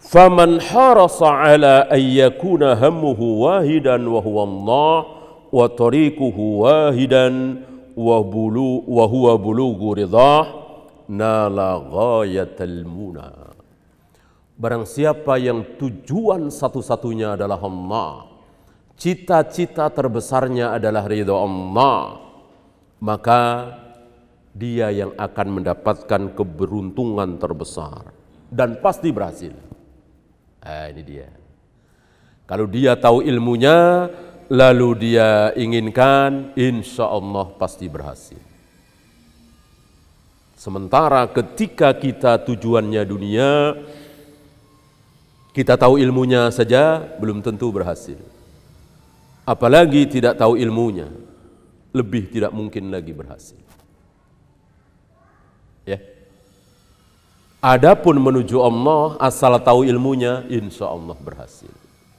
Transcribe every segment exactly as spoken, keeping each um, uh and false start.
Faman harasa ala an yakuna hammuhu wahidan wa huwa Allah wa tariquhu wahidan wa bulu wa huwa bulughu ridhah nala ghayatal muna. Barang siapa yang tujuan satu-satunya adalah Allah, cita-cita terbesarnya adalah ridha Allah, maka dia yang akan mendapatkan keberuntungan terbesar dan pasti berhasil. Nah, ini dia. Kalau dia tahu ilmunya, lalu dia inginkan, insya Allah pasti berhasil. Sementara ketika kita tujuannya dunia, kita tahu ilmunya saja, belum tentu berhasil. Apalagi tidak tahu ilmunya, lebih tidak mungkin lagi berhasil. Ya. Adapun menuju Allah, asal tahu ilmunya, insya Allah berhasil.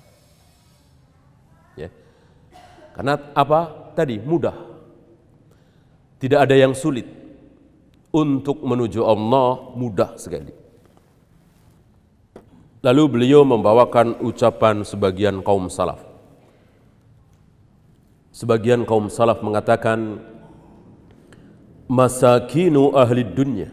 Ya. Karena apa? Tadi mudah. Tidak ada yang sulit. Untuk menuju Allah mudah sekali. Lalu beliau membawakan ucapan sebagian kaum salaf. Sebagian kaum salaf mengatakan, masakinu ahli dunya,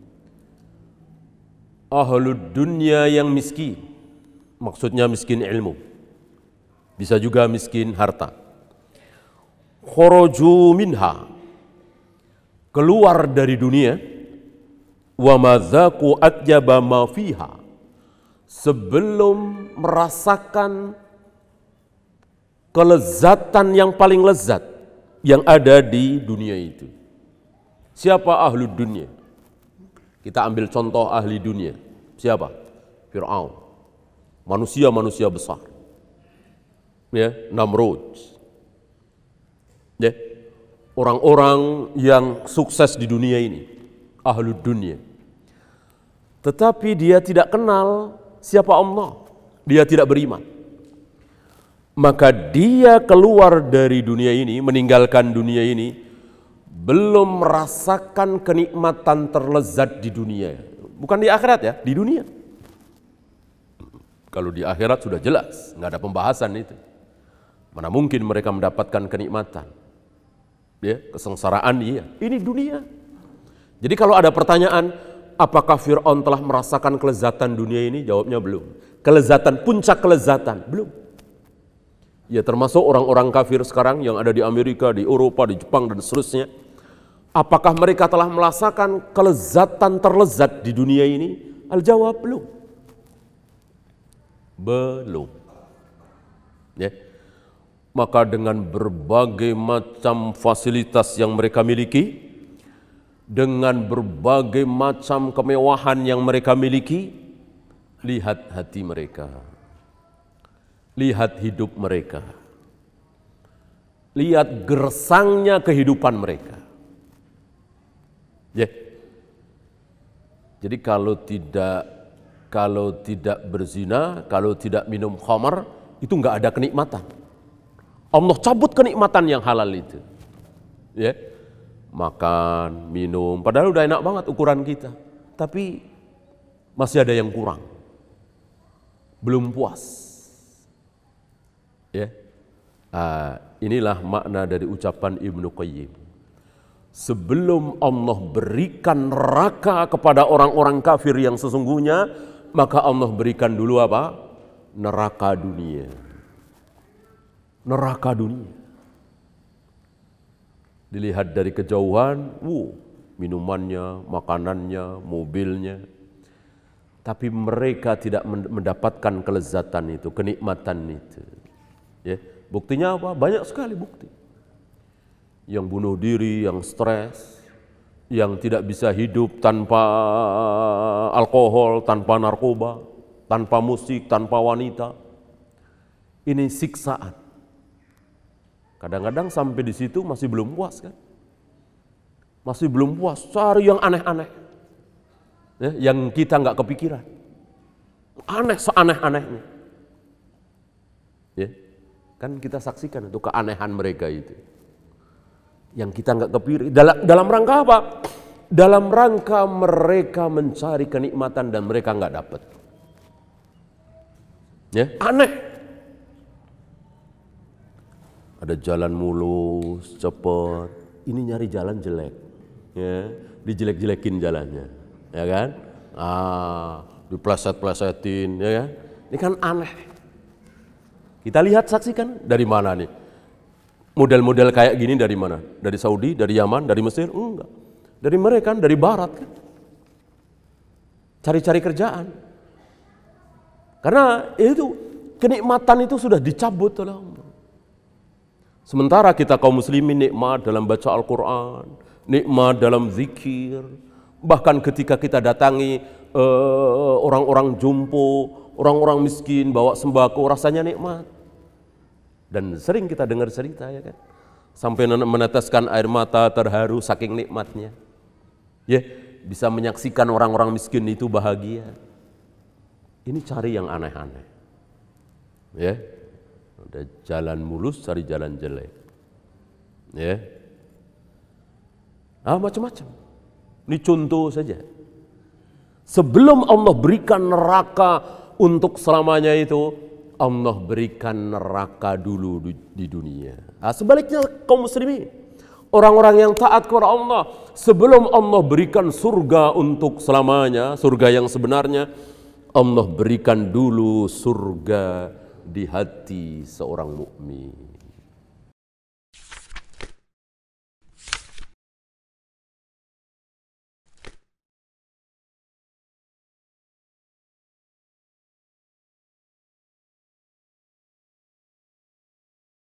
ahli dunya yang miskin, maksudnya miskin ilmu, bisa juga miskin harta. Kharaju minha, keluar dari dunia, wa madzaku atjaba ma fiha, sebelum merasakan kelezatan yang paling lezat yang ada di dunia itu. Siapa ahli dunia? Kita ambil contoh ahli dunia. Siapa? Fir'aun. Manusia-manusia besar. Ya, Namrud. Ya. Orang-orang yang sukses di dunia ini, ahli dunia. Tetapi dia tidak kenal siapa Allah. Dia tidak beriman. Maka dia keluar dari dunia ini, meninggalkan dunia ini, belum merasakan kenikmatan terlezat di dunia. Bukan di akhirat ya, di dunia. Kalau di akhirat sudah jelas, nggak ada pembahasan itu. Mana mungkin mereka mendapatkan kenikmatan. Ya, kesengsaraan iya. Ini dunia. Jadi kalau ada pertanyaan, apakah Fir'aun telah merasakan kelezatan dunia ini? Jawabnya belum. Kelezatan, puncak kelezatan, belum. Ya termasuk orang-orang kafir sekarang yang ada di Amerika, di Eropa, di Jepang dan seterusnya. Apakah mereka telah merasakan kelezatan terlezat di dunia ini? Al-jawab belum. Belum. Ya. Maka dengan berbagai macam fasilitas yang mereka miliki, dengan berbagai macam kemewahan yang mereka miliki, lihat hati mereka. Lihat hidup mereka. Lihat gersangnya kehidupan mereka. Ya. Jadi kalau tidak kalau tidak berzina, kalau tidak minum khamar, itu enggak ada kenikmatan. Allah cabut kenikmatan yang halal itu. Ya. Makan, minum, padahal udah enak banget ukuran kita. Tapi masih ada yang kurang. Belum puas. Ya, ah, inilah makna dari ucapan Ibnu Qayyim. Sebelum Allah berikan neraka kepada orang-orang kafir yang sesungguhnya, maka Allah berikan dulu apa? Neraka dunia. Neraka dunia. Dilihat dari kejauhan, wuh, minumannya, makanannya, mobilnya. Tapi mereka tidak mendapatkan kelezatan itu, kenikmatan itu. Ya, buktinya apa? Banyak sekali bukti. Yang bunuh diri, yang stres, yang tidak bisa hidup tanpa alkohol, tanpa narkoba, tanpa musik, tanpa wanita. Ini siksaan. Kadang-kadang sampai di situ masih belum puas kan? Masih belum puas, cari yang aneh-aneh. Ya, yang kita nggak kepikiran. Aneh seaneh-anehnya. Ya. Kan kita saksikan itu keanehan mereka itu. Yang kita nggak kepikir. Dalam, dalam rangka apa? Dalam rangka mereka mencari kenikmatan dan mereka nggak dapat. Ya, aneh. Ada jalan mulus, cepet. Ini nyari jalan jelek. Ya, dijelek-jelekin jalannya. Ya kan? Ah, dipleset-plesetin, ya kan? Ini kan aneh. Kita lihat, saksikan dari mana nih? Model-model kayak gini dari mana? Dari Saudi, dari Yaman, dari Mesir? Enggak. Dari mereka, dari Barat kan? Cari-cari kerjaan. Karena itu kenikmatan itu sudah dicabut oleh Allah. Sementara kita kaum muslimin nikmat dalam baca Al-Quran, nikmat dalam zikir. Bahkan ketika kita datangi uh, orang-orang jompo, orang-orang miskin bawa sembako, rasanya nikmat. Dan sering kita dengar cerita, ya kan, sampai meneteskan air mata terharu saking nikmatnya. Ya, bisa menyaksikan orang-orang miskin itu bahagia. Ini cari yang aneh-aneh. Ya, ada jalan mulus, cari jalan jelek. Ya, ah macam-macam. Ini contoh saja. Sebelum Allah berikan neraka untuk selamanya itu, Allah berikan neraka dulu di, di dunia. Nah, sebaliknya kaum muslimin, orang-orang yang taat kepada Allah, sebelum Allah berikan surga untuk selamanya, surga yang sebenarnya, Allah berikan dulu surga di hati seorang mukmin.